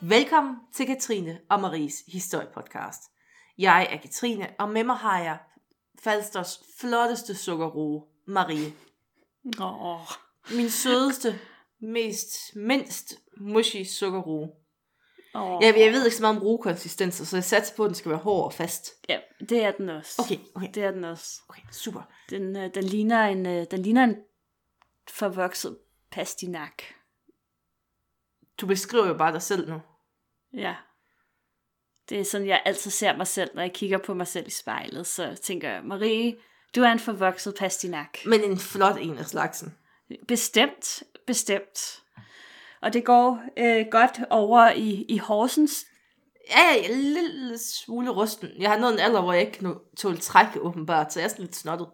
Velkommen til Katrine og Maries historiepodcast. Jeg er Katrine, og med mig har jeg Falsters flotteste sukkerroe, Marie. Min sødeste, mindst mushy sukkerroe. Jeg ved ikke så meget om roekonsistenser, så jeg satser på, at den skal være hård og fast. Ja, det er den også. Okay. Det er den også. Okay, super. Den ligner en forvokset pastinak. Du beskriver jo bare dig selv nu. Ja. Det er sådan, jeg altid ser mig selv, når jeg kigger på mig selv i spejlet. Så tænker jeg, Marie, du er en forvokset pastinak. Men en flot en af slagsen. Bestemt. Og det går godt over i Horsens. Ja, jeg er en lille smule rusten. Jeg har nået en alder, hvor jeg ikke kan tåle træk, åbenbart, så jeg er sådan lidt snottet.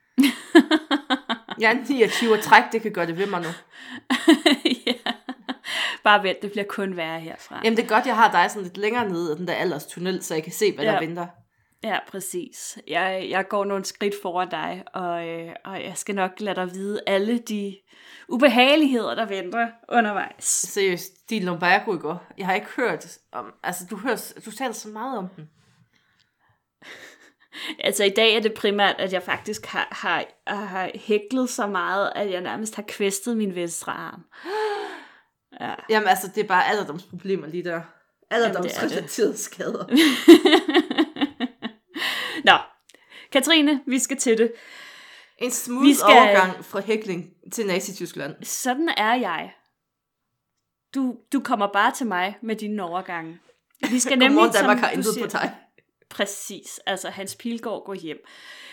Jeg er 29, og træk, det kan gøre det ved mig nu. Ja. Bare vent, det bliver kun værre herfra. Jamen det er godt, jeg har dig sådan lidt længere nede af den der alderstunnel, så jeg kan se, hvad der venter. Ja, præcis. Jeg går nogle skridt foran dig, og jeg skal nok lade dig vide alle de ubehageligheder, der venter undervejs. Seriøst, din lumbago i går. Jeg har ikke hørt om... Altså, du taler så meget om den. Altså, i dag er det primært, at jeg faktisk har hæklet så meget, at jeg nærmest har kvæstet min venstre arm. Ja. Jamen, altså, det er bare alderdomsproblemer lige der. Alderdomsrelaterede skader. Nå, Katrine, vi skal til det. En smooth overgang fra hækling til Nazi-Tyskland. Sådan er jeg. Du kommer bare til mig med dine overgange. Vi skal nemlig, Godmorgen, Danmark har intet på dig. Præcis, altså Hans Pilgaard går hjem.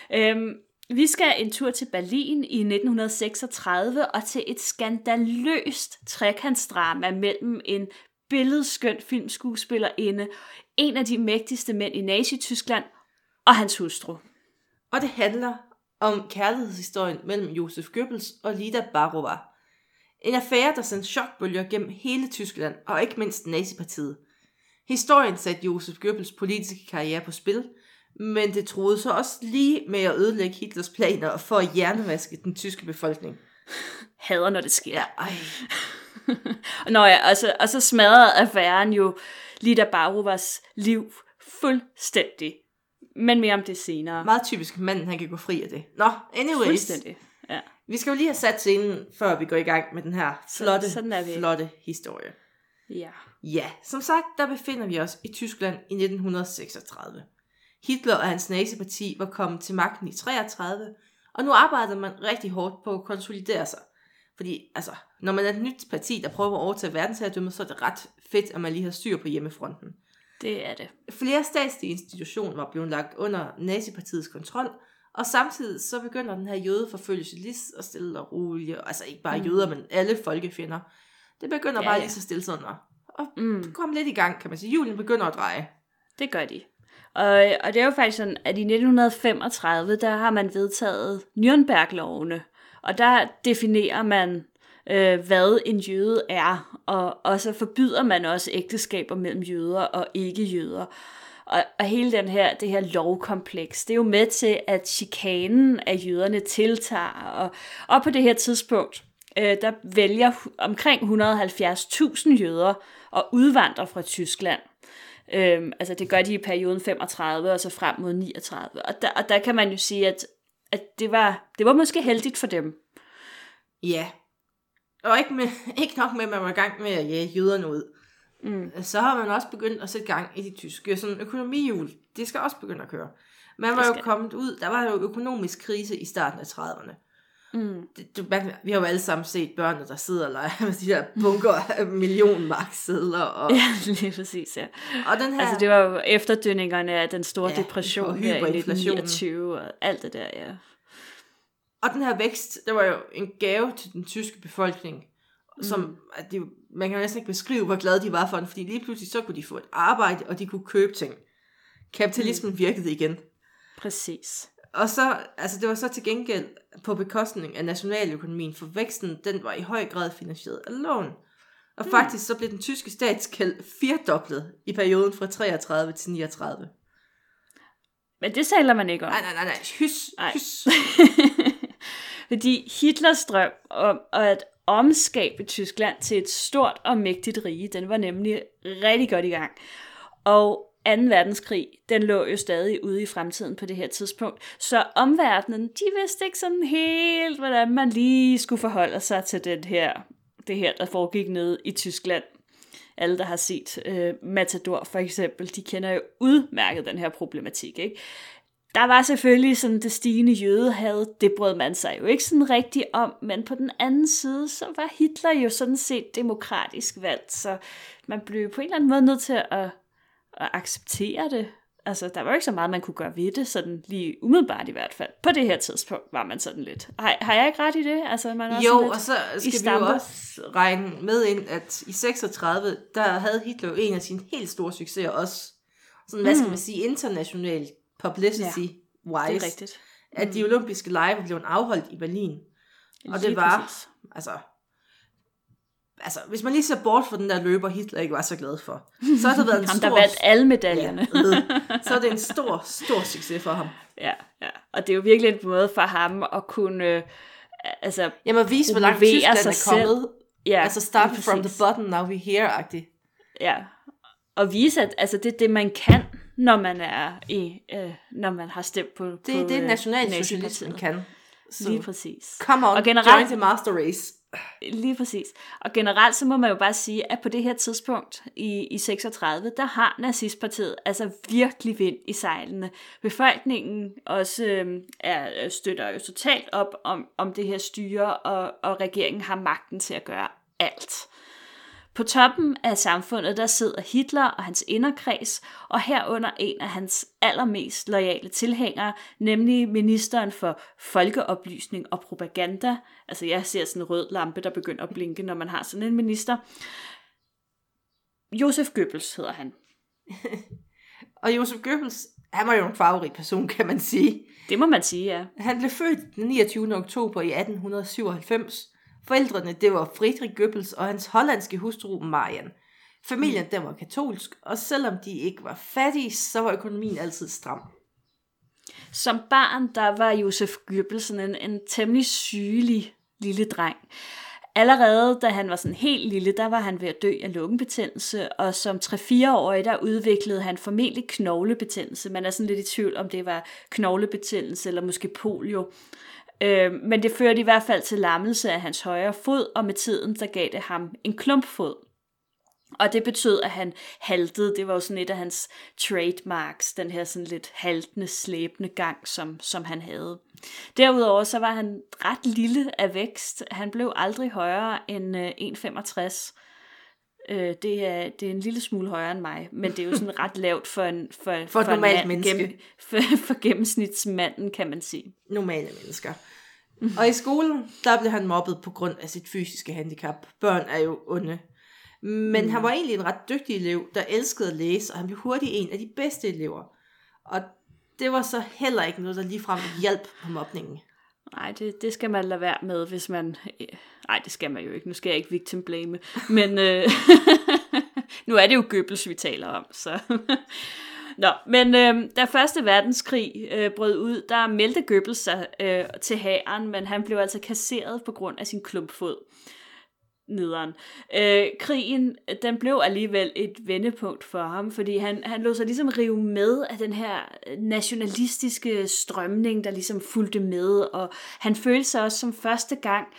Vi skal en tur til Berlin i 1936 og til et skandaløst trekantsdrama mellem en billedskøn filmskuespillerinde, en af de mægtigste mænd i Nazi-Tyskland og hans hustru. Og det handler om kærlighedshistorien mellem Josef Goebbels og Lida Barova. En affære, der sendte chokbølger gennem hele Tyskland og ikke mindst Nazipartiet. Historien satte Josef Goebbels politiske karriere på spil, men det troede så også lige med at ødelægge Hitlers planer for at hjernevaske den tyske befolkning. Hader, når det sker. Ja, Nå ja, og så smadrede affæren jo Lida Barovas liv fuldstændig. Men mere om det senere. Meget typisk manden, han kan gå fri af det. Nå, anyways. Fuldstændig, ja. Vi skal jo lige have sat scenen, før vi går i gang med den her flotte historie. Ja. Ja, som sagt, der befinder vi os i Tyskland i 1936. Hitler og hans naziparti var kommet til magten i 33, og nu arbejdede man rigtig hårdt på at konsolidere sig. Fordi, altså, når man er et nyt parti, der prøver at overtage verdensherredømmet, så er det ret fedt, at man lige har styr på hjemmefronten. Det er det. Flere statslige institutioner var blevet lagt under nazipartiets kontrol, og samtidig så begynder den her jødeforfølgelse lige så stille og roligt, altså ikke bare jøder, men alle folkefjender. Det begynder bare lige så stille sådan og kom lidt i gang, kan man sige. Julen begynder at dreje. Det gør de. Og det er jo faktisk sådan, at i 1935, der har man vedtaget Nürnberg-lovene, og der definerer man, hvad en jøde er, og så forbyder man også ægteskaber mellem jøder og ikke-jøder. Og hele det her lovkompleks, det er jo med til, at chikanen af jøderne tiltager, og på det her tidspunkt, der vælger omkring 170.000 jøder at udvandre fra Tyskland. Altså det gør de i perioden 35 og så frem mod 39. Og der kan man jo sige, at det var måske heldigt for dem. Ja. Og ikke nok med, at man var i gang med at jage jøderne ud. Så har man også begyndt at sætte gang i de tyske sådan økonomihjul. Det skal også begynde at køre. Man var jo kommet ud, der var jo økonomisk krise i starten af 30'erne. Vi har jo alle sammen set børnene, der sidder og leger med de der bunker af millionmarksedler. Og... Ja, lige præcis, ja. Og den her... Altså det var jo efterdønningerne af den store depression her i 1929 og alt det der, ja. Og den her vækst, det var jo en gave til den tyske befolkning, som at man kan jo næsten ikke beskrive, hvor glade de var for den, fordi lige pludselig så kunne de få et arbejde, og de kunne købe ting. Kapitalismen virkede igen. Præcis. Og så, altså det var så til gengæld på bekostning af nationaløkonomien, for væksten, den var i høj grad finansieret af lån. Og faktisk så blev den tyske statsgæld firdoblet i perioden fra 33 til 39. Men det taler man ikke om. Nej. Hys. Fordi Hitlers drøm om at omskabe Tyskland til et stort og mægtigt rige. Den var nemlig rigtig godt i gang. Og 2. verdenskrig, den lå jo stadig ude i fremtiden på det her tidspunkt. Så omverdenen, de vidste ikke sådan helt, hvordan man lige skulle forholde sig til det her, der foregik nede i Tyskland. Alle, der har set Matador for eksempel, de kender jo udmærket den her problematik, ikke? Der var selvfølgelig sådan det stigende jødehad, det brød man sig jo ikke sådan rigtig om, men på den anden side, så var Hitler jo sådan set demokratisk valgt, så man blev på en eller anden måde nødt til at acceptere det. Altså, der var jo ikke så meget, man kunne gøre ved det, sådan lige umiddelbart i hvert fald. På det her tidspunkt var man sådan lidt. Har jeg ikke ret i det? Altså, man er jo, og så skal vi jo også regne med ind, at i 36, der havde Hitler jo en af sine helt store succeser også. Sådan, hvad skal man sige, international publicity-wise. Det er rigtigt. At de olympiske lege blev afholdt i Berlin. Og det var, altså, hvis man lige ser bort fra den der løber, Hitler ikke var så glad for, så har det været en der vandt alle medaljerne. Så er det en stor, stor succes for ham. Ja. Og det er jo virkelig en måde for ham at kunne jamen, vise, hvor langt Tyskland er kommet. Ja, altså, start from the bottom, now we here-agtigt. Ja, og vise, at altså, det er det, man kan, når man når man har stemt på det er det, nationalsocialismen kan. Så lige præcis. Come on, join the master race. Lige præcis. Og generelt så må man jo bare sige, at på det her tidspunkt i 36, der har nazistpartiet altså virkelig vind i sejlene. Befolkningen også støtter jo totalt op om det her styre, og regeringen har magten til at gøre alt. På toppen af samfundet, der sidder Hitler og hans inderkreds, og herunder en af hans allermest loyale tilhængere, nemlig ministeren for folkeoplysning og propaganda. Altså jeg ser sådan en rød lampe, der begynder at blinke, når man har sådan en minister. Josef Goebbels hedder han. Og Josef Goebbels, han var jo en farverig person, kan man sige. Det må man sige, ja. Han blev født den 29. oktober i 1897. Forældrene, det var Friedrich Goebbels og hans hollandske hustru Marian. Familien, den var katolsk, og selvom de ikke var fattige, så var økonomien altid stram. Som barn, der var Josef Goebbels en temmelig sygelig lille dreng. Allerede da han var sådan helt lille, der var han ved at dø af lungebetændelse, og som 3-4-årig, der udviklede han formentlig knoglebetændelse. Man er sådan lidt i tvivl, om det var knoglebetændelse eller måske polio. Men det førte i hvert fald til lammelse af hans højre fod, og med tiden der gav det ham en klumpfod. Og det betød, at han haltede. Det var jo sådan et af hans trademarks, den her sådan lidt haltende, slæbende gang, som han havde. Derudover så var han ret lille af vækst. Han blev aldrig højere end 1,65. Det er en lille smule højere end mig, men det er jo sådan ret lavt for et normalt menneske. For gennemsnitsmanden, kan man sige. Normale mennesker. Og i skolen, der blev han mobbet på grund af sit fysiske handicap. Børn er jo onde. Men han var egentlig en ret dygtig elev, der elskede at læse, og han blev hurtigt en af de bedste elever. Og det var så heller ikke noget, der ligefrem hjalp på mobningen. Nej, det skal man lade være med, hvis man... Nej, det skal man jo ikke. Nu skal jeg ikke victim blame. Men nu er det jo Goebbels, vi taler om. Så. Nå, men da Første Verdenskrig brød ud, der meldte Goebbels sig til hæren, men han blev altså kasseret på grund af sin klumpfod. Nederen. Krigen, den blev alligevel et vendepunkt for ham, fordi han lod sig ligesom rive med af den her nationalistiske strømning, der ligesom fulgte med, og han følte sig også som første gang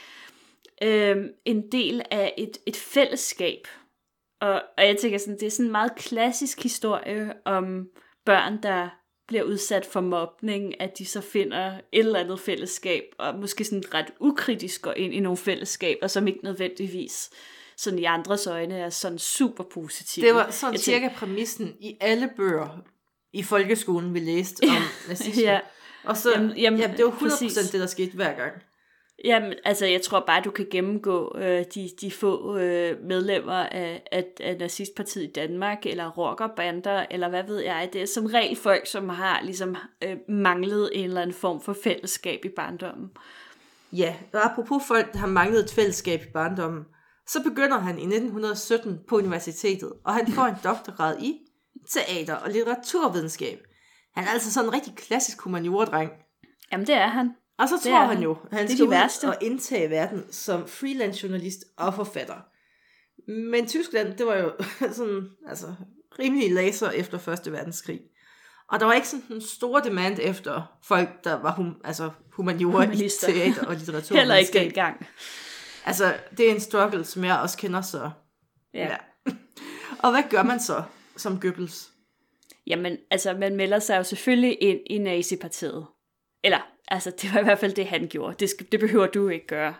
en del af et fællesskab. Og jeg tænker sådan, det er sådan en meget klassisk historie om børn, der bliver udsat for mobning, at de så finder et eller andet fællesskab, og måske sådan ret ukritisk går ind i nogle fællesskaber, som ikke nødvendigvis sådan i andres øjne er sådan super positive. Det var sådan cirka præmissen i alle bøger i folkeskolen, vi læste om nazisme. Ja. Og så, jamen, det var 100% præcis. Det, der skete hver gang. Jamen, altså jeg tror bare, du kan gennemgå de få medlemmer af nazistpartiet i Danmark, eller rockerbander, eller hvad ved jeg. Det er som regel folk, som har ligesom manglet en eller anden form for fællesskab i barndommen. Ja, og apropos folk, der har manglet et fællesskab i barndommen, så begynder han i 1917 på universitetet, og han får en doktorgrad i teater- og litteraturvidenskab. Han er altså sådan en rigtig klassisk humaniora-dreng. Jamen, det er han. Og så tror han jo, at han skal ud værste. og indtage verden som freelance journalist og forfatter. Men Tyskland, det var jo sådan, altså rimelig laser efter 1. verdenskrig. Og der var ikke sådan en stor demand efter folk, der var humaniora i teater og litteratur. Heller ikke dengang. Altså, det er en struggle, som jeg også kender, så ja. Og hvad gør man så som Goebbels? Jamen, altså, man melder sig jo selvfølgelig ind i nazipartiet. Eller, altså, det var i hvert fald det, han gjorde. Det behøver du ikke gøre.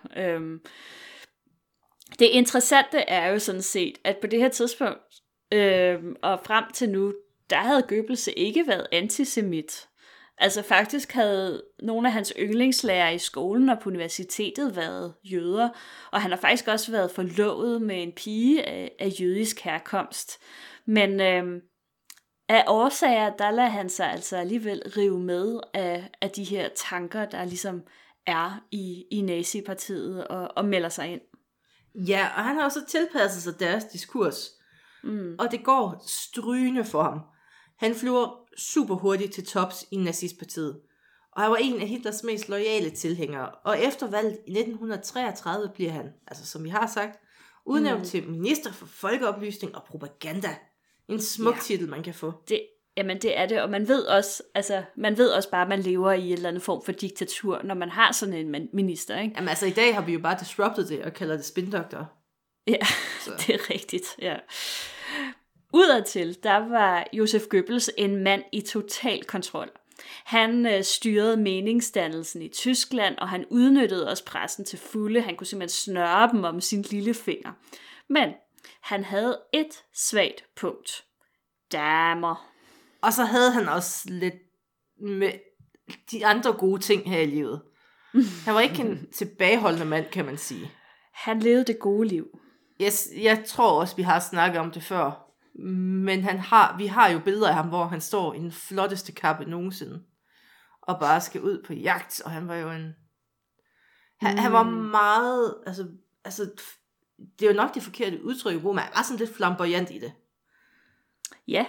Det interessante er jo sådan set, at på det her tidspunkt, og frem til nu, der havde Goebbels ikke været antisemit. Altså faktisk havde nogle af hans yndlingslærere i skolen og på universitetet været jøder, og han har faktisk også været forlovet med en pige af jødisk herkomst. Men af årsager, der lader han sig altså alligevel rive med af de her tanker, der ligesom er i nazipartiet og melder sig ind. Ja, og han har også tilpasset sig deres diskurs. Og det går strygende for ham. Han flyver super hurtigt til tops i nazistpartiet. Og han var en af Hitlers mest loyale tilhængere. Og efter valget i 1933 bliver han, altså som vi har sagt, udnævnt til minister for folkeoplysning og propaganda. En smuk titel, man kan få. Jamen det er det, og man ved også bare, at man lever i en eller anden form for diktatur, når man har sådan en minister, ikke? Jamen altså i dag har vi jo bare disrupted det og kalder det spindoktor. Ja, så. Det er rigtigt, ja. Udadtil, der var Josef Goebbels en mand i total kontrol. Han styrede meningsdannelsen i Tyskland, og han udnyttede også pressen til fulde. Han kunne simpelthen snøre dem om sin lille finger. Men han havde et svagt punkt. Damer. Og så havde han også lidt med de andre gode ting her i livet. Han var ikke en tilbageholdende mand, kan man sige. Han levede det gode liv. Yes, jeg tror også, vi har snakket om det før. Men vi har jo billeder af ham, hvor han står i den flotteste kappe nogensinde. Og bare skal ud på jagt. Og han var jo han var meget... Altså, det er jo nok det forkerte udtryk, hvor man var sådan lidt flamboyant i det. Ja,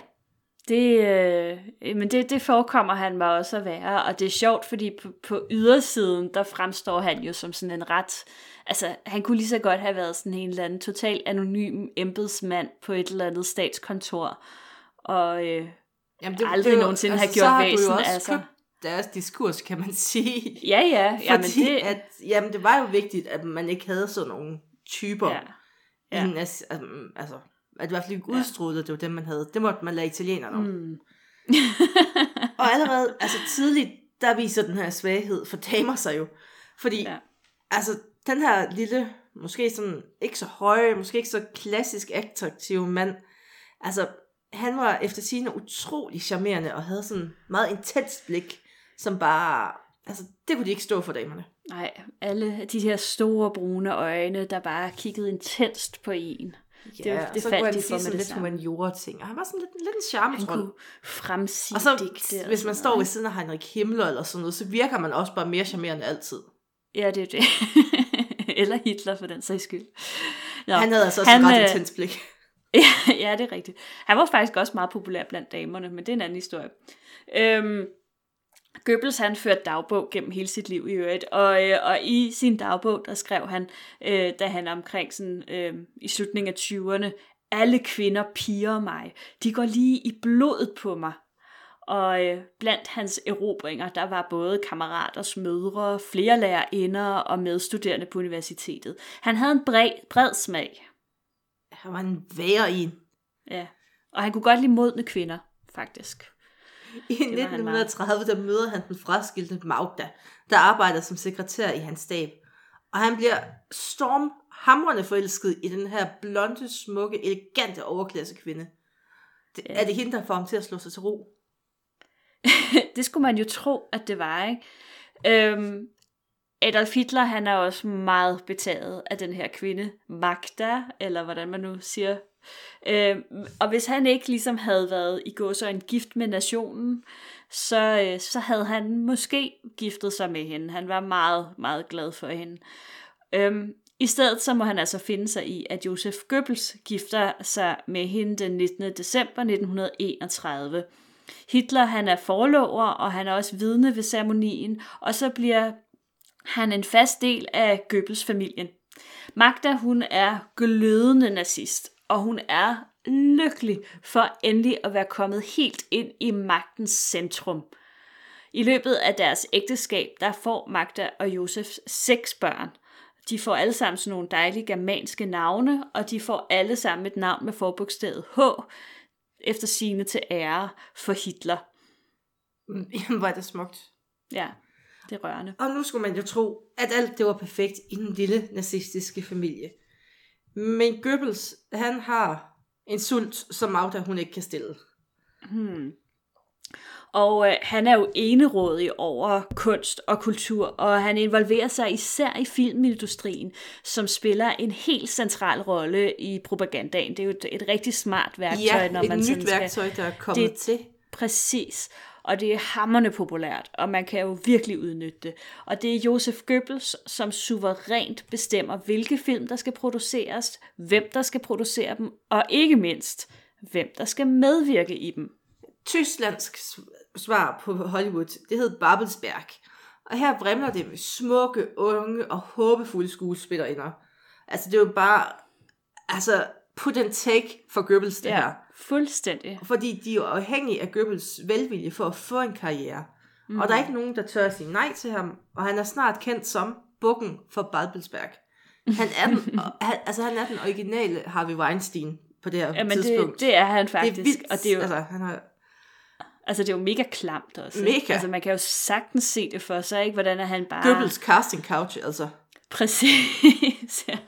men det forekommer han mig også at være, og det er sjovt, fordi på ydersiden, der fremstår han jo som sådan en ret, altså han kunne lige så godt have været sådan en eller anden total anonym embedsmand på et eller andet statskontor, og aldrig nogensinde have gjort væsen af sig. Deres diskurs, kan man sige. Ja. Fordi det var jo vigtigt, at man ikke havde sådan nogle typer. Ja. At det i hvert fald ikke udstrålede, det var dem, man havde. Det måtte man lade italienerne om. Og allerede tidligt, der viser den her svaghed for damer sig jo. Fordi den her lille, måske sådan ikke så høje, måske ikke så klassisk attraktive mand, han var efter sigende utrolig charmerende og havde sådan meget intenst blik, som bare, det kunne de ikke stå for damerne. Nej, alle de her store brune øjne, der bare kiggede intenst på en. Ja, det så kunne han sige sådan lidt humaniora-ting, og han var sådan lidt en charmetrol. Han kunne fremsige og så, digte. Hvis man står ved siden af Heinrich Himmler eller sådan noget, så virker man også bare mere charmerende altid. Ja, det er det. Eller Hitler for den sags skyld. Nå, han havde altså også et ret intens blik. Ja, det er rigtigt. Han var faktisk også meget populær blandt damerne, men det er en anden historie. Goebbels, han førte dagbog gennem hele sit liv i øvrigt, og i sin dagbog, der skrev han, da han omkring sådan, i slutningen af 20'erne, alle kvinder piger mig, de går lige i blodet på mig. Og blandt hans erobringer, der var både kammeraters mødre, flere lærerinder og medstuderende på universitetet. Han havde en bred smag. Han var en værre en. Ja, og han kunne godt lide modne kvinder, faktisk. I 1930, der møder han den fraskilte Magda, der arbejder som sekretær i hans stab. Og han bliver stormhamrende forelsket i den her blonde, smukke, elegante overklasse kvinde. Er det hende, der får ham til at slå sig til ro? Det skulle man jo tro, at det var, ikke? Adolf Hitler, han er også meget betaget af den her kvinde, Magda, eller hvordan man nu siger. Og hvis han ikke ligesom havde været i gåseøjne gift med nationen, så havde han måske giftet sig med hende. Han var meget, meget glad for hende. I stedet så må han altså finde sig i, at Josef Goebbels gifter sig med hende den 19. december 1931. Hitler, han er forlover, og han er også vidne ved ceremonien, og så bliver Han er en fast del af Goebbels-familien. Magda, hun er glødende nazist, og hun er lykkelig for endelig at være kommet helt ind i magtens centrum. I løbet af deres ægteskab, der får Magda og Josef 6 børn. De får alle sammen sådan nogle dejlige germanske navne, og de får alle sammen et navn med forbogstavet H, efter sigende til ære for Hitler. Jamen, var det smukt. Ja, det er rørende. Og nu skulle man jo tro, at alt det var perfekt i den lille nazistiske familie. Men Goebbels, han har en sult, som Magda hun ikke kan stille. Og han er jo enerådig over kunst og kultur, og han involverer sig især i filmindustrien, som spiller en helt central rolle i propagandaen. Det er jo et rigtig smart værktøj, når man et nyt værktøj, der er kommet til. Præcis. Og det er hamrende populært, og man kan jo virkelig udnytte det. Og det er Joseph Goebbels, som suverænt bestemmer, hvilke film, der skal produceres, hvem der skal producere dem, og ikke mindst, hvem der skal medvirke i dem. Tysklandsk svar på Hollywood, det hed Babelsberg. Og her vrimler det med smukke, unge og håbefulde skuespillerinder. Altså det er jo bare, put and take for Goebbels det her. Fuldstændig. Fordi de er jo afhængige af Goebbels velvilje for at få en karriere. Og der er ikke nogen, der tør at sige nej til ham. Og han er snart kendt som bukken for Babelsberg. Han er den originale Harvey Weinstein på det her tidspunkt. Det er han faktisk. Det er vildt. Og det er jo, han har... det er jo mega klamt også. Mega. Altså man kan jo sagtens se det for sig, ikke? Hvordan er han bare... Goebbels casting couch, altså. Præcis, ja.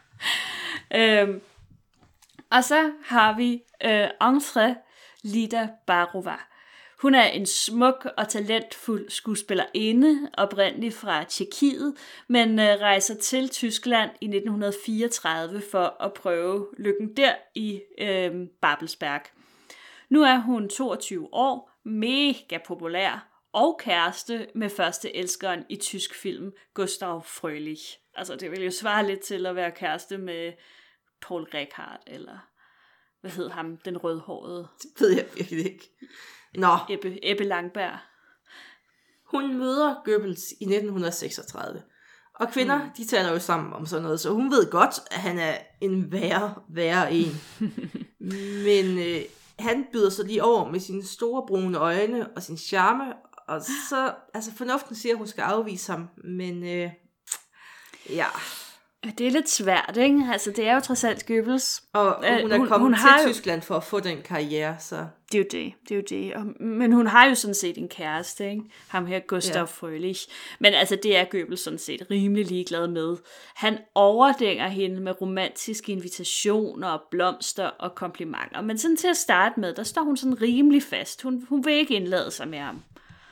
Og så har vi André Lida Barova. Hun er en smuk og talentfuld skuespillerinde, oprindelig fra Tjekkiet, men rejser til Tyskland i 1934 for at prøve lykken der i Babelsberg. Nu er hun 22 år, mega populær og kæreste med førsteelskeren i tysk film, Gustav Fröhlich. Altså det vil jo svare lidt til at være kæreste med Paul Rekard, eller hvad hed ham, den rødhårede? Det ved jeg virkelig ikke. Nå. Ebbe Langberg. Hun møder Goebbels i 1936. Og kvinder, de taler jo sammen om sådan noget, så hun ved godt, at han er en værre en. Men han byder sig lige over med sine store brune øjne og sin charme, og så, fornuften siger, at hun skal afvise ham, men ja... Det er lidt svært, ikke? Altså, det er jo trods alt Goebbels. Og hun er kommet til Tyskland for at få den karriere, så... Det er jo det. Men hun har jo sådan set en kæreste, ikke? Ham her, Gustav Fröhlich. Men altså, det er Goebbels sådan set rimelig ligeglad med. Han overdænger hende med romantiske invitationer og blomster og komplimenter. Men sådan til at starte med, der står hun sådan rimelig fast. Hun vil ikke indlade sig med ham.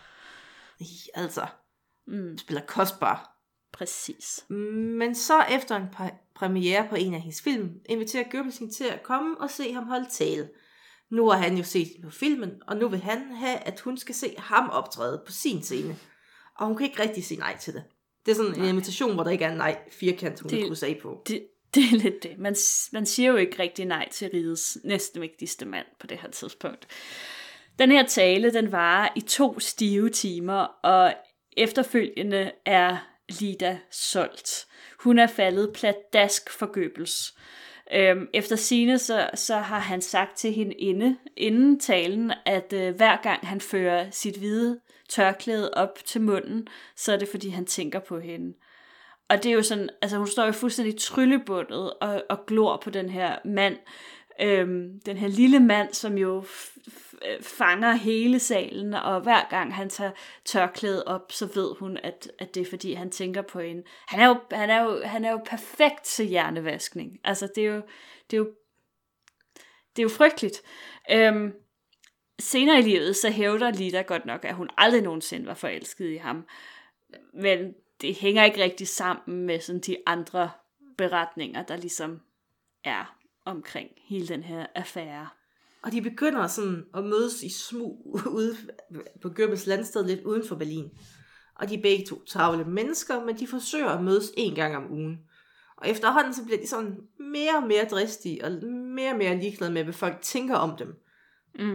Spiller kostbar. Præcis. Men så efter en premiere på en af hendes film, inviterer Goebbels hende til at komme og se ham holde tale. Nu har han jo set på filmen, og nu vil han have, at hun skal se ham optræde på sin scene. Og hun kan ikke rigtig sige nej til det. Det er sådan en invitation, hvor der ikke er en nej-firkant, hun kan krydse af på. Det er lidt det. Man siger jo ikke rigtig nej til rigets næstmægtigste mand på det her tidspunkt. Den her tale, den varer i 2 stive timer, og efterfølgende er Lida solgt. Hun er faldet pladask for Goebbels. Efter sigende, så har han sagt til hende inden talen, at hver gang han fører sit hvide tørklæde op til munden, så er det fordi han tænker på hende. Og det er jo sådan, altså hun står jo fuldstændig tryllebundet og glor på den her mand, den her lille mand, som jo fanger hele salen, og hver gang han tager tørklædet op, så ved hun, at det er fordi han tænker på hende. Han er jo perfekt til hjernevaskning. Altså det er jo frygteligt. Senere i livet så hævder Lida godt nok, at hun aldrig nogensinde var forelsket i ham, men det hænger ikke rigtig sammen med sådan de andre beretninger, der ligesom er omkring hele den her affære. Og de begynder sådan at mødes i smug ude på Goebbels landsted lidt uden for Berlin. Og de er begge 2 travle mennesker, men de forsøger at mødes 1 gang om ugen. Og efterhånden så bliver de sådan mere og mere dristige, og mere ligeglade med, hvad folk tænker om dem.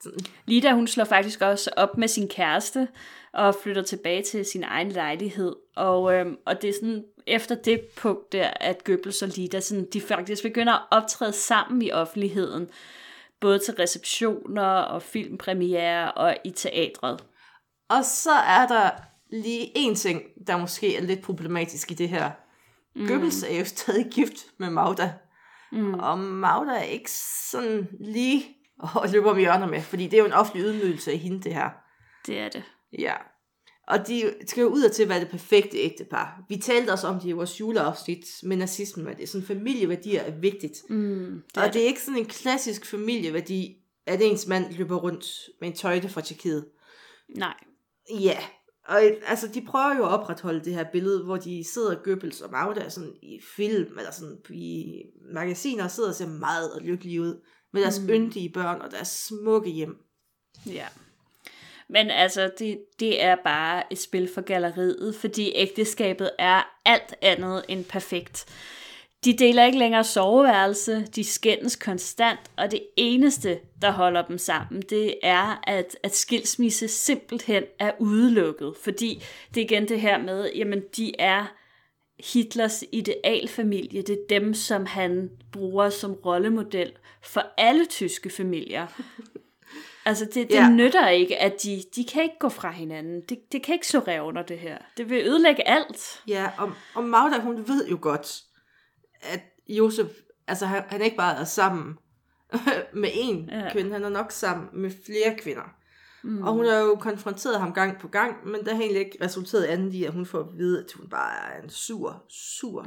Lida, hun slår faktisk også op med sin kæreste, og flytter tilbage til sin egen lejlighed. Og det er sådan, efter det punkt der, at Goebbels og Lida, sådan, de faktisk begynder at optræde sammen i offentligheden. Både til receptioner og filmpremiere og i teatret. Og så er der lige en ting, der måske er lidt problematisk i det her. Goebbels er jo stadig gift med Magda. Og Magda er ikke sådan lige at løbe om hjørner med, fordi det er jo en offentlig ydmygelse af hende, det her. Det er det. Ja. Og de skal jo ud til at være det perfekte ægtepar. Vi talte også om det i vores juleafsnit med nazismen, at det er sådan familieværdier er vigtigt. Og det er ikke sådan en klassisk familieværdi, at ens mand løber rundt med en tøjte fra Tjekkiet. Nej. Ja, og altså de prøver jo at opretholde det her billede, hvor de sidder Goebbels og Magda sådan i film, eller sådan i magasiner, og sidder og ser meget lykkelige ud, med deres yndige børn og deres smukke hjem. Ja. Men altså, det er bare et spil for galleriet, fordi ægteskabet er alt andet end perfekt. De deler ikke længere soveværelse, de skændes konstant, og det eneste, der holder dem sammen, det er, at skilsmisse simpelthen er udelukket. Fordi det er igen det her med, jamen de er Hitlers idealfamilie, det er dem, som han bruger som rollemodel for alle tyske familier. Altså, det nytter ikke, at de kan ikke gå fra hinanden. Det kan ikke slå revner, det her. Det vil ødelægge alt. Ja, og Magda, hun ved jo godt, at Josef, altså han ikke bare er sammen med én kvinde, han er nok sammen med flere kvinder. Og hun har jo konfronteret ham gang på gang, men der har egentlig ikke resulteret andet i, at hun får at vide, at hun bare er en sur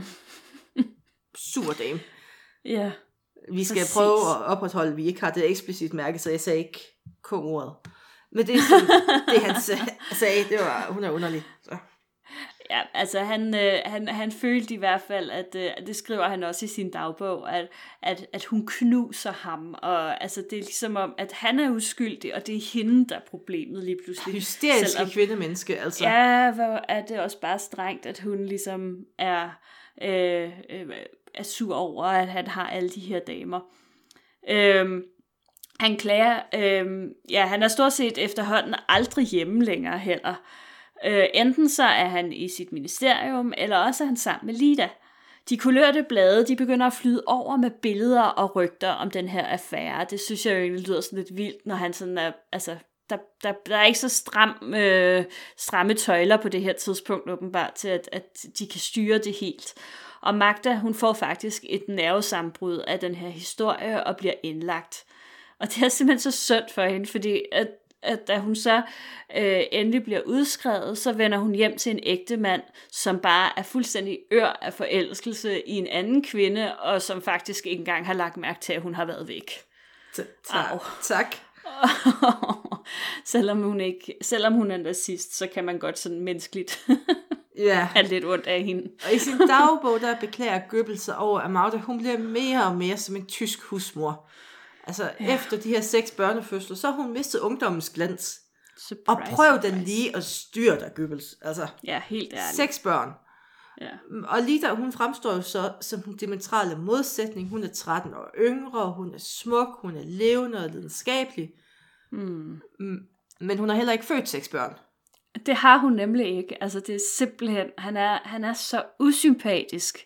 dame. Ja. Vi skal prøve at opretholde, at vi ikke har det eksplicit mærke, så jeg sagde ikke ordet. Men det er sådan, det han sagde, det var, hun er underlig. Så. Ja, altså han følte i hvert fald, at det skriver han også i sin dagbog, at hun knuser ham, og altså det er ligesom om, at han er uskyldig, og det er hende, der er problemet lige pludselig. Hysteriske kvindemenneske, altså. Ja, hvor er det også bare strengt, at hun ligesom er sur over, at han har alle de her damer. Han klager, han er stort set efterhånden aldrig hjemme længere heller. Enten så er han i sit ministerium, eller også er han sammen med Lida. De kulørte blade, de begynder at flyde over med billeder og rygter om den her affære. Det synes jeg jo egentlig lyder sådan lidt vildt, når han sådan er, altså, der er ikke så stramme tøjler på det her tidspunkt åbenbart, til at de kan styre det helt. Og Magda, hun får faktisk et nervesammenbrud af den her historie og bliver indlagt. Og det er simpelthen så synd for hende, fordi at da hun så endelig bliver udskrevet, så vender hun hjem til en ægte mand, som bare er fuldstændig ør af forelskelse i en anden kvinde, og som faktisk ikke engang har lagt mærke til, at hun har været væk. Tak. Selvom hun er nazist, så kan man godt sådan menneskeligt have lidt ondt af hende. Og i sin dagbog, der beklager Goebbels sig over, at Magda, hun bliver mere og mere som en tysk husmor. Altså, efter de her 6 børnefødsler, så har hun mistet ungdommens glans. Og prøv den lige at styre dig, Goebbels. Altså, ja, helt ærligt. 6 børn. Ja. Og Lida, hun fremstår jo så som den diametrale modsætning. Hun er 13 år yngre, hun er smuk, hun er levende og lidenskabelig. Men hun har heller ikke født 6 børn. Det har hun nemlig ikke. Altså, det er simpelthen, han er så usympatisk.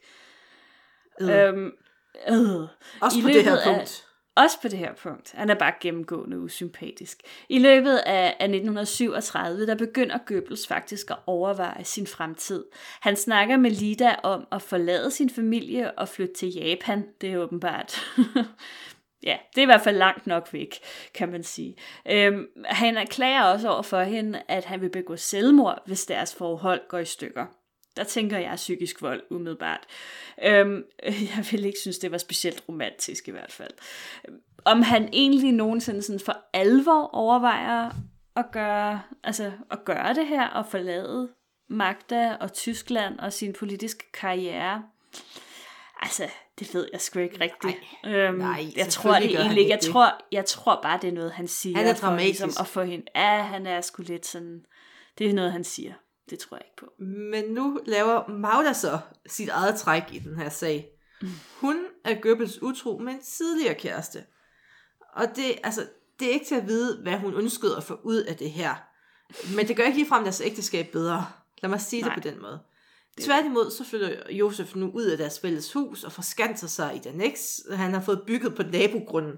Også på det her punkt. Også på det her punkt. Han er bare gennemgående usympatisk. I løbet af 1937, der begynder Goebbels faktisk at overveje sin fremtid. Han snakker med Lida om at forlade sin familie og flytte til Japan. Det er åbenbart. Ja, det er i hvert fald langt nok væk, kan man sige. Han erklærer også over for hende, at han vil begå selvmord, hvis deres forhold går i stykker. Der tænker jeg psykisk vold umiddelbart. Jeg vil ikke synes, det var specielt romantisk i hvert fald. Om han egentlig nogensinde sådan for alvor overvejer at gøre det her, og forlade Magda og Tyskland og sin politiske karriere. Altså, det ved jeg sgu ikke rigtigt. Nej, jeg tror det egentlig ikke. Jeg tror bare, det er noget, han siger. Han er dramatisk. Ligesom at få hende. Ja, han er sgu lidt sådan. Det er noget, han siger. Det tror jeg ikke på. Men nu laver Magda så sit eget træk i den her sag. Hun er Goebbels utro med en tidligere kæreste. Og det er ikke til at vide, hvad hun ønskede at få ud af det her. Men det gør ikke ligefrem deres ægteskab bedre. Lad mig sige det på den måde. Tværtimod så flytter Josef nu ud af deres fælles hus og forskanser sig i et anneks, han har fået bygget på nabogrunden.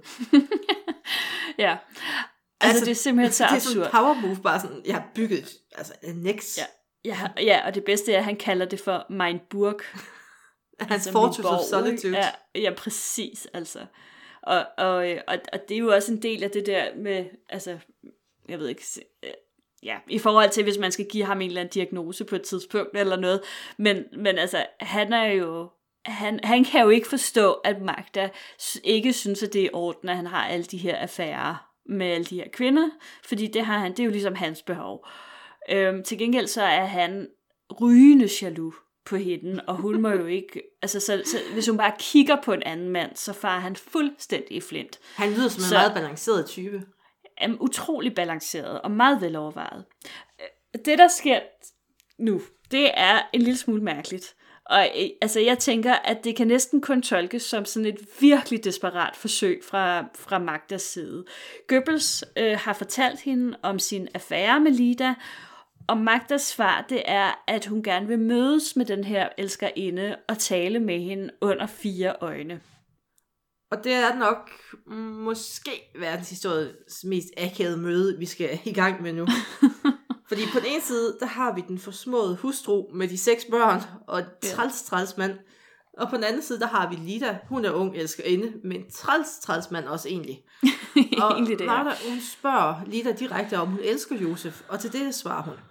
Ja. Altså det er simpelthen så absurd. Det er sådan en power move, bare sådan, jeg har bygget et anneks. Ja, og det bedste er, at han kalder det for mein Burg. Hans Fortress of Solitude. Ja, præcis, altså. Og det er jo også en del af det der med, altså, jeg ved ikke, i forhold til, hvis man skal give ham en eller anden diagnose på et tidspunkt eller noget, men altså, han er jo, han kan jo ikke forstå, at Magda ikke synes, at det er i orden, at han har alle de her affærer med alle de her kvinder, fordi det er jo ligesom hans behov. Til gengæld så er han rygende jaloux på hende, og hun må jo ikke, altså så hvis hun bare kigger på en anden mand, så farer han fuldstændig i flint. Han lyder som en meget balanceret type. Utrolig balanceret og meget velovervejet. Det der sker nu, det er en lille smule mærkeligt. Og altså jeg tænker, at det kan næsten kun tolkes som sådan et virkelig desperat forsøg fra Magdas side. Goebbels har fortalt hende om sin affære med Lida, og Magdas svar, det er, at hun gerne vil mødes med den her elskerinde og tale med hende under 4 øjne. Og det er nok måske verdenshistoriens mest akavede møde, vi skal i gang med nu. Fordi på den ene side, der har vi den forsmåede hustru med de 6 børn og et træls mand. Og på den anden side, der har vi Lida. Hun er ung elskerinde, men træls mand også egentlig. Og egentlig det, Magda, hun spørger Lida direkte, om hun elsker Josef. Og til det svarer hun.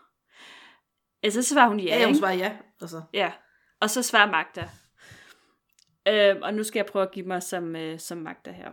Så svarer hun ja, ja, hun svarer ja. Altså. Ja, og så svarer Magda. Og nu skal jeg prøve at give mig som Magda her.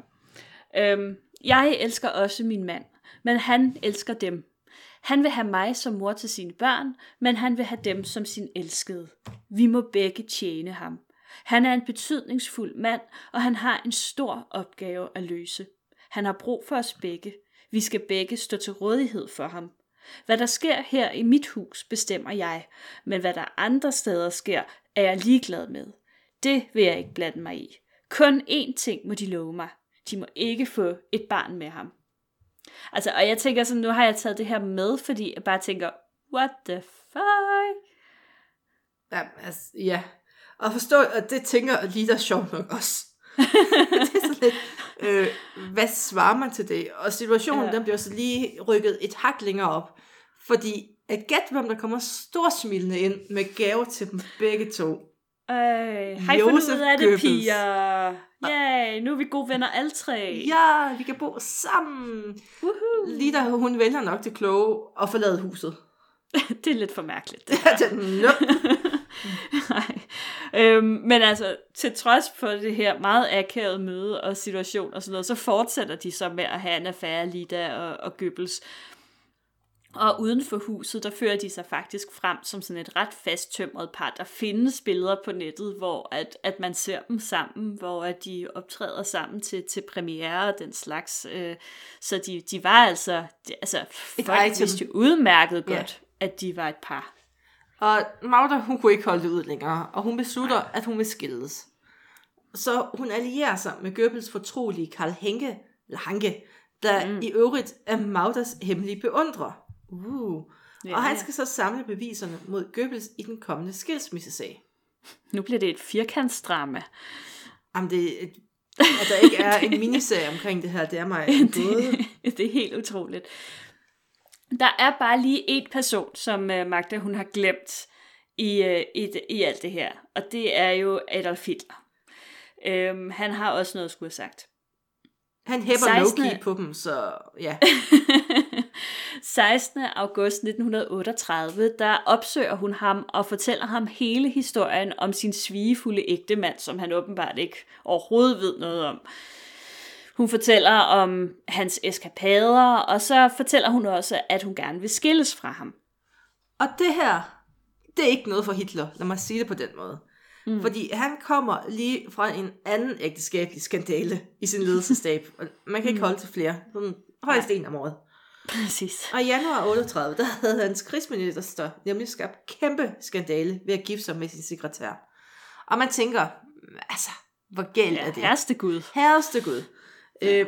Jeg elsker også min mand, men han elsker dem. Han vil have mig som mor til sine børn, men han vil have dem som sin elskede. Vi må begge tjene ham. Han er en betydningsfuld mand, og han har en stor opgave at løse. Han har brug for os begge. Vi skal begge stå til rådighed for ham. Hvad der sker her i mit hus, bestemmer jeg, men hvad der andre steder sker, er jeg ligeglad med. Det vil jeg ikke blande mig i. Kun én ting må de love mig. De må ikke få et barn med ham. Altså, og jeg tænker sådan, nu har jeg taget det her med, fordi jeg bare tænker, what the fuck? Ja, altså, ja. Og forstå, at det tænker Lida sjovt nok også. Det er sådan lidt, hvad svarer man til det? Og situationen, den bliver så lige rykket et hak længere op. Fordi at gæt, hvem der kommer storsmilende ind med gave til dem begge to. Hej, fundet ud af det, piger. Yay, nu er vi gode venner alle 3. Ja, vi kan bo sammen. Lida, hun vælger nok det kloge at forlade huset. Det er lidt for mærkeligt. Men altså, til trods for det her meget akavede møde og situation og sådan noget, så fortsætter de så med at have en affære, Lida og Goebbels. Og uden for huset, der fører de sig faktisk frem som sådan et ret fasttømret par. Der findes billeder på nettet, hvor at man ser dem sammen, hvor at de optræder sammen til premiere og den slags. Så de var altså folk vidste jo udmærket godt, at de var et par. Og Magda, hun kunne ikke holde det ud længere, og hun beslutter, at hun vil skilles. Så hun allierer sig med Goebbels fortrolige Karl Hanke, der i øvrigt er Magdas hemmelige beundrer. Og han skal så samle beviserne mod Goebbels i den kommende skilsmissesag. Nu bliver det et firkantsdrama. Jamen at der ikke er en miniserie omkring det her, det er mig det er helt utroligt. Der er bare lige en person, som Magda hun har glemt i alt det her, og det er jo Adolf Hitler. Han har også noget at skulle have sagt. Han hæpper low-key på dem, så ja. 16. august 1938, der opsøger hun ham og fortæller ham hele historien om sin svigefulde ægtemand, som han åbenbart ikke overhovedet ved noget om. Hun fortæller om hans eskapader, og så fortæller hun også, at hun gerne vil skilles fra ham. Og det her, det er ikke noget for Hitler, lad mig sige det på den måde. Fordi han kommer lige fra en anden ægteskabelig skandale i sin ledelsesstab. Og man kan ikke holde til flere. Sådan højst en om året. Præcis. Og i januar 38, der havde hans krigsminister nemlig skabt kæmpe skandale ved at gifte sig med sin sekretær. Og man tænker, altså, hvor galt er det? Herreste Gud. Herreste Gud.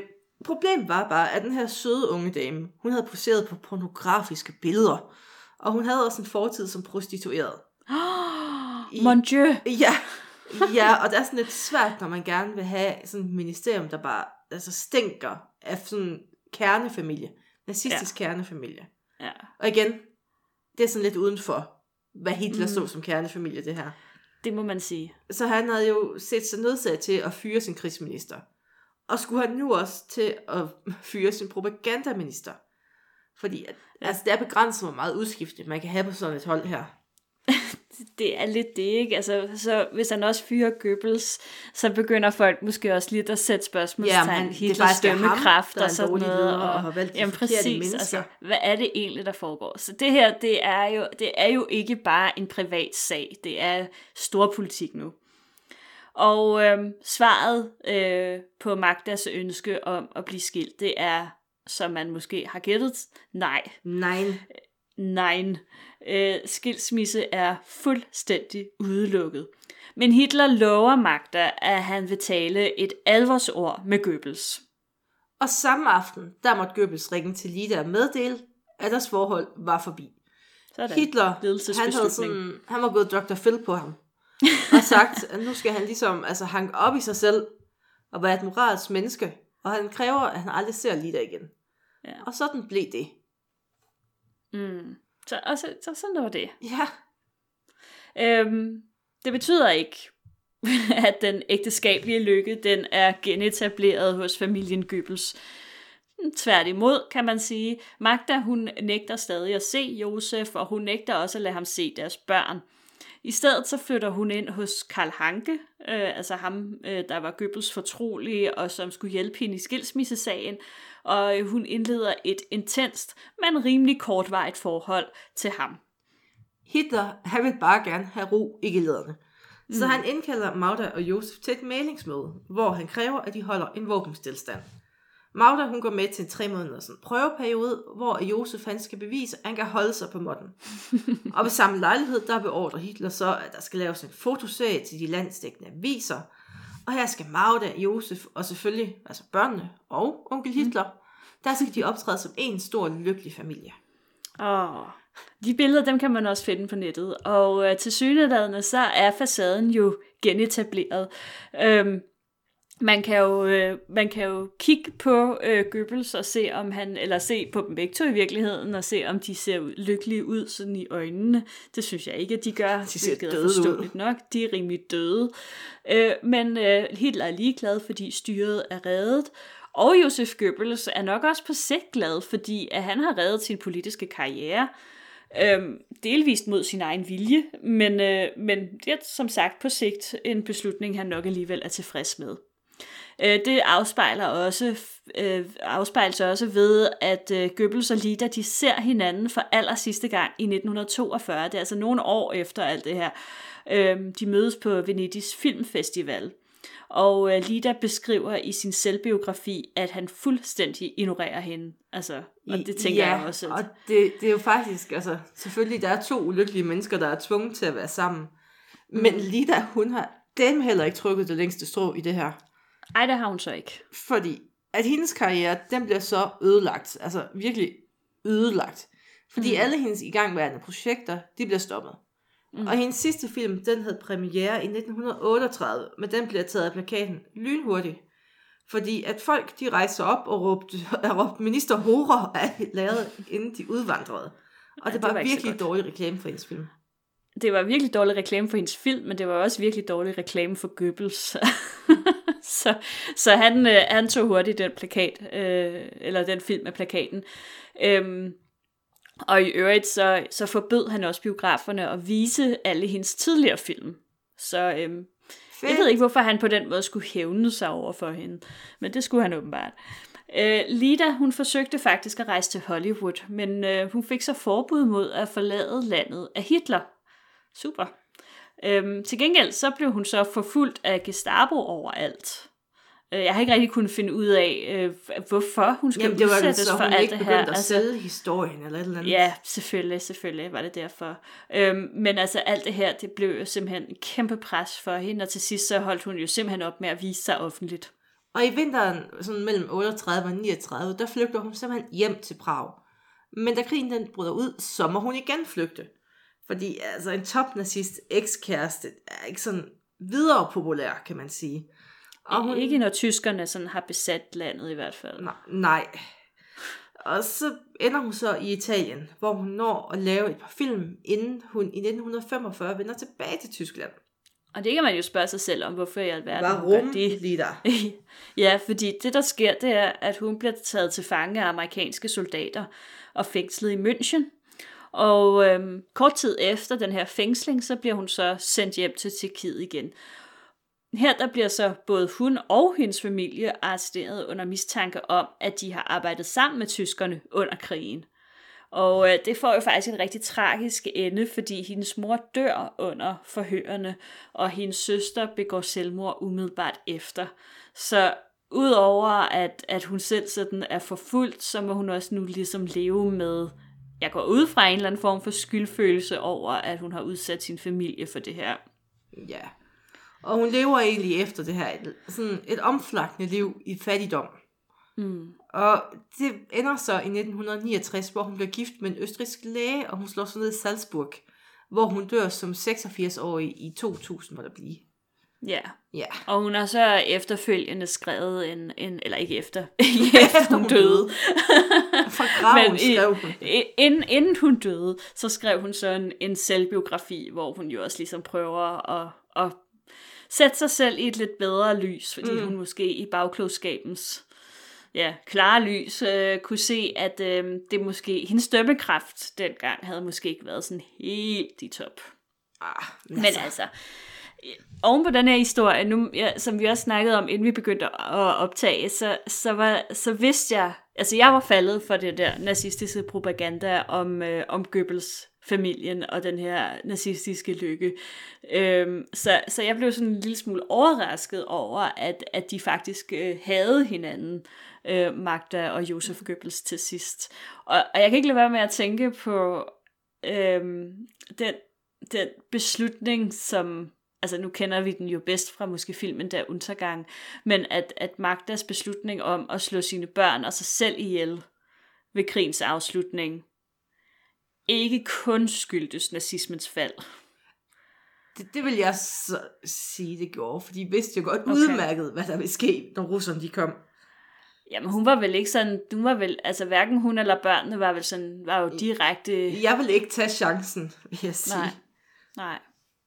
Problemet var bare, at den her søde unge dame, hun havde poseret på pornografiske billeder, og hun havde også en fortid som prostitueret. Mon Dieu! Ja, og det er sådan lidt svært, når man gerne vil have sådan et ministerium, der bare stinker af sådan kernefamilie. Nazistisk kernefamilie. Ja. Og igen, det er sådan lidt udenfor, hvad Hitler så som kernefamilie, det her. Det må man sige. Så han havde jo set sig nødsaget til at fyre sin krigsminister. Og skulle han nu også til at fyre sin propagandaminister. Fordi det er begrænset, hvor meget udskifte man kan have på sådan et hold her. Det er lidt det, ikke? Altså, så hvis han også fyrer Goebbels, så begynder folk måske også lidt at sætte spørgsmålstegn Hitlers dømmekraft og sådan noget. Og har valgt de forkerte mennesker. Altså, hvad er det egentlig, der foregår? Så det her, det er jo ikke bare en privat sag. Det er storpolitik nu. Og svaret på Magdas ønske om at blive skilt, det er, som man måske har gættet, nej. Nej. Skilsmisse er fuldstændig udelukket. Men Hitler lover Magda, at han vil tale et alvorsord med Goebbels. Og samme aften, der måtte Goebbels ringe til Lida og meddele, at deres forhold var forbi. Sådan. Hitler, han var gået Dr. Phil på ham. Og sagt, at nu skal han ligesom hanke op i sig selv og være et moralsk menneske. Og han kræver, at han aldrig ser Lida igen. Ja. Og sådan blev det. Så sådan var det. Ja. Det betyder ikke, at den ægteskabelige lykke, den er genetableret hos familien Goebbels. Tværtimod, kan man sige. Magda, hun nægter stadig at se Josef, og hun nægter også at lade ham se deres børn. I stedet så flytter hun ind hos Karl Hanke, altså ham, der var Goebbels fortrolige, og som skulle hjælpe hende i skilsmissesagen. Og hun indleder et intenst, men rimelig kortvarigt forhold til ham. Hitler, han vil bare gerne have ro i gelederne. Så han indkalder Magda og Josef til et mæglingsmøde, hvor han kræver, at de holder en våbenstilstand. Magda, hun går med til en 3 måneders prøveperiode, hvor Josef han skal bevise, at han kan holde sig på måtten. Og ved samme lejlighed, der beordrer Hitler så, at der skal laves en fotoserie til de landsdækkende aviser. Og her skal Magda, Josef og selvfølgelig børnene og onkel Hitler, der skal de optræde som en stor lykkelig familie. De billeder, dem kan man også finde på nettet. Og tilsyneladende, så er facaden jo genetableret. Man kan jo kigge på Goebbels og se om han, eller se på dem begge to i virkeligheden, og se om de ser lykkelige ud sådan i øjnene. Det synes jeg ikke, at de gør. De ser døde ud. Nok. De er rimelig døde. Men Hitler er ligeglad, fordi styret er reddet. Og Josef Goebbels er nok også på sigt glad, fordi at han har reddet sin politiske karriere. Delvist mod sin egen vilje, men det er som sagt på sigt en beslutning, han nok alligevel er tilfreds med. Det afspejles også ved, at Goebbels og Lida, de ser hinanden for aller sidste gang i 1942. Det er altså nogle år efter alt det her. De mødes på Venedigs Filmfestival. Og Lida beskriver i sin selvbiografi, at han fuldstændig ignorerer hende. Og det tænker jeg også. Og det er jo faktisk, selvfølgelig der er 2 ulykkelige mennesker, der er tvunget til at være sammen. Men Lida, hun har dem heller ikke trykket det længste strå i det her. Ej, det har hun så ikke. Fordi at hendes karriere, den bliver så ødelagt. Virkelig ødelagt. Fordi alle hendes igangværende projekter, de bliver stoppet. Og hendes sidste film, den havde premiere i 1938, men den bliver taget af plakaten lynhurtigt. Fordi at folk, de rejste op og råbte minister Hore af lavet, inden de udvandrede. Og det var virkelig dårlig reklame for hendes film. Det var virkelig dårlig reklame for hendes film, men det var også virkelig dårlig reklame for Goebbels. så han tog hurtigt den plakat, eller den film af plakaten. Og i øvrigt så forbød han også biograferne at vise alle hendes tidligere film. Så jeg ved ikke, hvorfor han på den måde skulle hævne sig over for hende. Men det skulle han åbenbart. Lida, hun forsøgte faktisk at rejse til Hollywood, men hun fik så forbud mod at forlade landet af Hitler. Super. Til gengæld så blev hun så forfulgt af Gestapo overalt. Jeg har ikke rigtig kunnet finde ud af, hvorfor hun skal udsættes for alt det her. Jamen det var så, hun ikke begyndte at sælge historien eller et eller andet. Ja, selvfølgelig var det derfor. Men alt det her, det blev jo simpelthen en kæmpe pres for hende, og til sidst så holdt hun jo simpelthen op med at vise sig offentligt. Og i vinteren, sådan mellem 38 og 39, der flygter hun simpelthen hjem til Prag. Men da krigen den bryder ud, så må hun igen flygte. Fordi altså en topnazist ekskæreste er ikke sådan videre populær, kan man sige. Og hun... Ikke når tyskerne sådan har besat landet i hvert fald. Nej. Og så ender hun så i Italien, hvor hun når at lave et par film, inden hun i 1945 vender tilbage til Tyskland. Og det kan man jo spørge sig selv om, hvorfor i alverden Warum lige der? Ja, fordi det der sker, det er, at hun bliver taget til fange af amerikanske soldater og fængslet i München. Og kort tid efter den her fængsling, så bliver hun så sendt hjem til Tjekkiet igen. Her der bliver så både hun og hendes familie arresteret under mistanke om, at de har arbejdet sammen med tyskerne under krigen. Og det får jo faktisk en rigtig tragisk ende, fordi hendes mor dør under forhørene, og hendes søster begår selvmord umiddelbart efter. Så udover at hun selv sådan er forfulgt, så må hun også nu ligesom leve med, jeg går ud fra en eller anden form for skyldfølelse over, at hun har udsat sin familie for det her. Ja, og hun lever egentlig efter det her, sådan et omflakkende liv i fattigdom. Og det ender så i 1969, hvor hun bliver gift med en østrigsk læge, og hun slår sig ned i Salzburg, hvor hun dør som 86-årig i 2000, må der blive. Ja. Ja. Og hun har så efterfølgende skrevet eller ikke efter, efter hun døde. Fra graven skrev hun. Inden hun døde, så skrev hun så en selvbiografi, hvor hun jo også ligesom prøver at sætte sig selv i et lidt bedre lys, fordi hun måske i bagklogskabens klare lys kunne se, at det måske, hendes dømmekraft dengang havde måske ikke været sådan helt i top. Men altså, oven på den her historie, nu, som vi også snakkede om, inden vi begyndte at optage, så vidste jeg, altså jeg var faldet for det der nazistiske propaganda om Goebbels familien og den her nazistiske lykke. Så jeg blev sådan en lille smule overrasket over, at de faktisk havde hinanden, Magda og Josef Goebbels til sidst. Og jeg kan ikke lade være med at tænke på den beslutning, som, altså nu kender vi den jo bedst fra måske filmen Der Untergang, men at Magdas beslutning om at slå sine børn og sig selv ihjel ved krigens afslutning ikke kun skyldtes nazismens fald. Det vil jeg så sige, det gjorde, for de vidste jo godt udmærket, hvad der ville ske, når russerne de kom. Jamen hun var vel ikke sådan, altså hverken hun eller børnene var jo direkte... Jeg vil ikke tage chancen, vil jeg sige. Nej.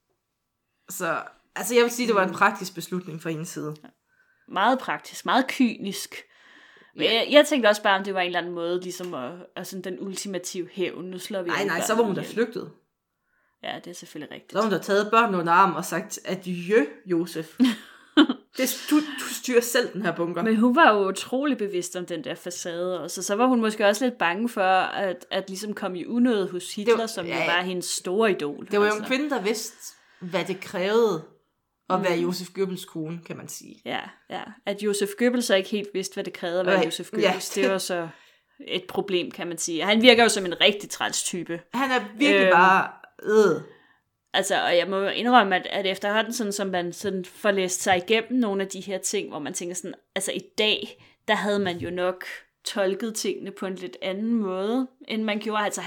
Så, altså jeg vil sige, det var en praktisk beslutning fra hendes side. Meget praktisk, meget kynisk. Men jeg tænkte også bare, om det var en eller anden måde, ligesom at sådan den ultimative hævn. Nu slår vi nej, så var hun da flygtet. Ja, det er selvfølgelig rigtigt. Så har hun da taget børnene under arm og sagt, adieu, Josef. Du styrer selv den her bunker. Men hun var jo utrolig bevidst om den der facade, og så var hun måske også lidt bange for, at ligesom komme i unåde hos Hitler, som jo var hendes store idol. Det var jo en kvinde, der vidste, hvad det krævede at være Josef Goebbels kone, kan man sige. Ja. At Josef Goebbels så ikke helt vidste, hvad det krævede at være Josef Goebbels, det var så et problem, kan man sige. Han virker jo som en rigtig træls type. Han er virkelig bare... Altså, og jeg må jo indrømme, at efterhånden, sådan, som man sådan får læst sig igennem nogle af de her ting, hvor man tænker sådan, altså i dag, der havde man jo nok tolket tingene på en lidt anden måde, end man gjorde. Altså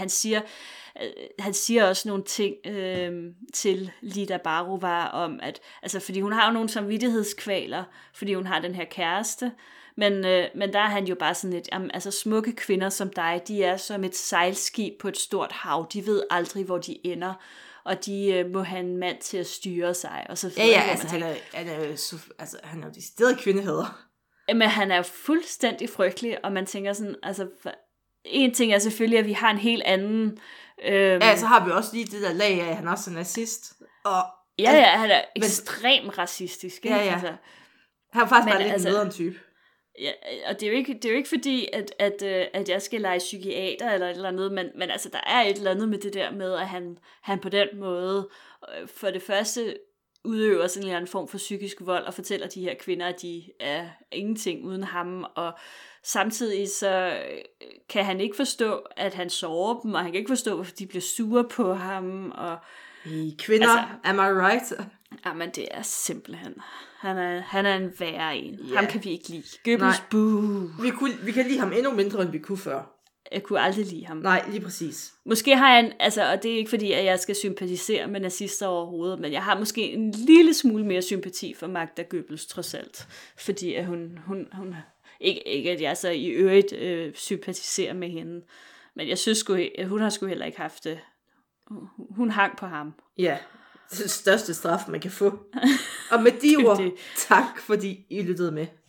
han siger også nogle ting til Lida Barova om, at, altså fordi hun har jo nogle samvittighedskvaler, fordi hun har den her kæreste, men der er han jo bare sådan lidt, altså smukke kvinder som dig, de er som et sejlskib på et stort hav, de ved aldrig, hvor de ender, og de må have en mand til at styre sig, og så videre. Ja, altså han er jo decideret kvindehader. Men han er jo fuldstændig frygtelig, og man tænker sådan, altså, en ting er selvfølgelig, at vi har en helt anden... så har vi også lige det der lag af, at han også er nazist. Og, han er ekstremt racistisk. Ikke? Ja. Altså, han er faktisk bare lidt en nederen type. Ja, og det er jo ikke fordi, at jeg skal lege psykiater eller et eller andet, men altså, der er et eller andet med det der med, at han på den måde, for det første, udøver sådan en eller anden form for psykisk vold, og fortæller de her kvinder, at de er ingenting uden ham, og samtidig så kan han ikke forstå, at han sårer dem, og han kan ikke forstå, hvorfor de bliver sure på ham, og I kvinder, am I right? Jamen, det er simpelthen... Han er en værre en. Ja. Ham kan vi ikke lide. Goebbels, boo. Vi kan lide ham endnu mindre, end vi kunne før. Jeg kunne aldrig lide ham. Nej, lige præcis. Måske har jeg og det er ikke fordi, at jeg skal sympatisere med nazister overhovedet, men jeg har måske en lille smule mere sympati for Magda Goebbels, trods alt. Fordi at hun ikke at jeg så i øvrigt sympatiserer med hende, men jeg synes sgu, at hun har sgu heller ikke haft det. Hun hang på ham. Ja, det er den største straf, man kan få. Og med de ord, tak fordi I lyttede med.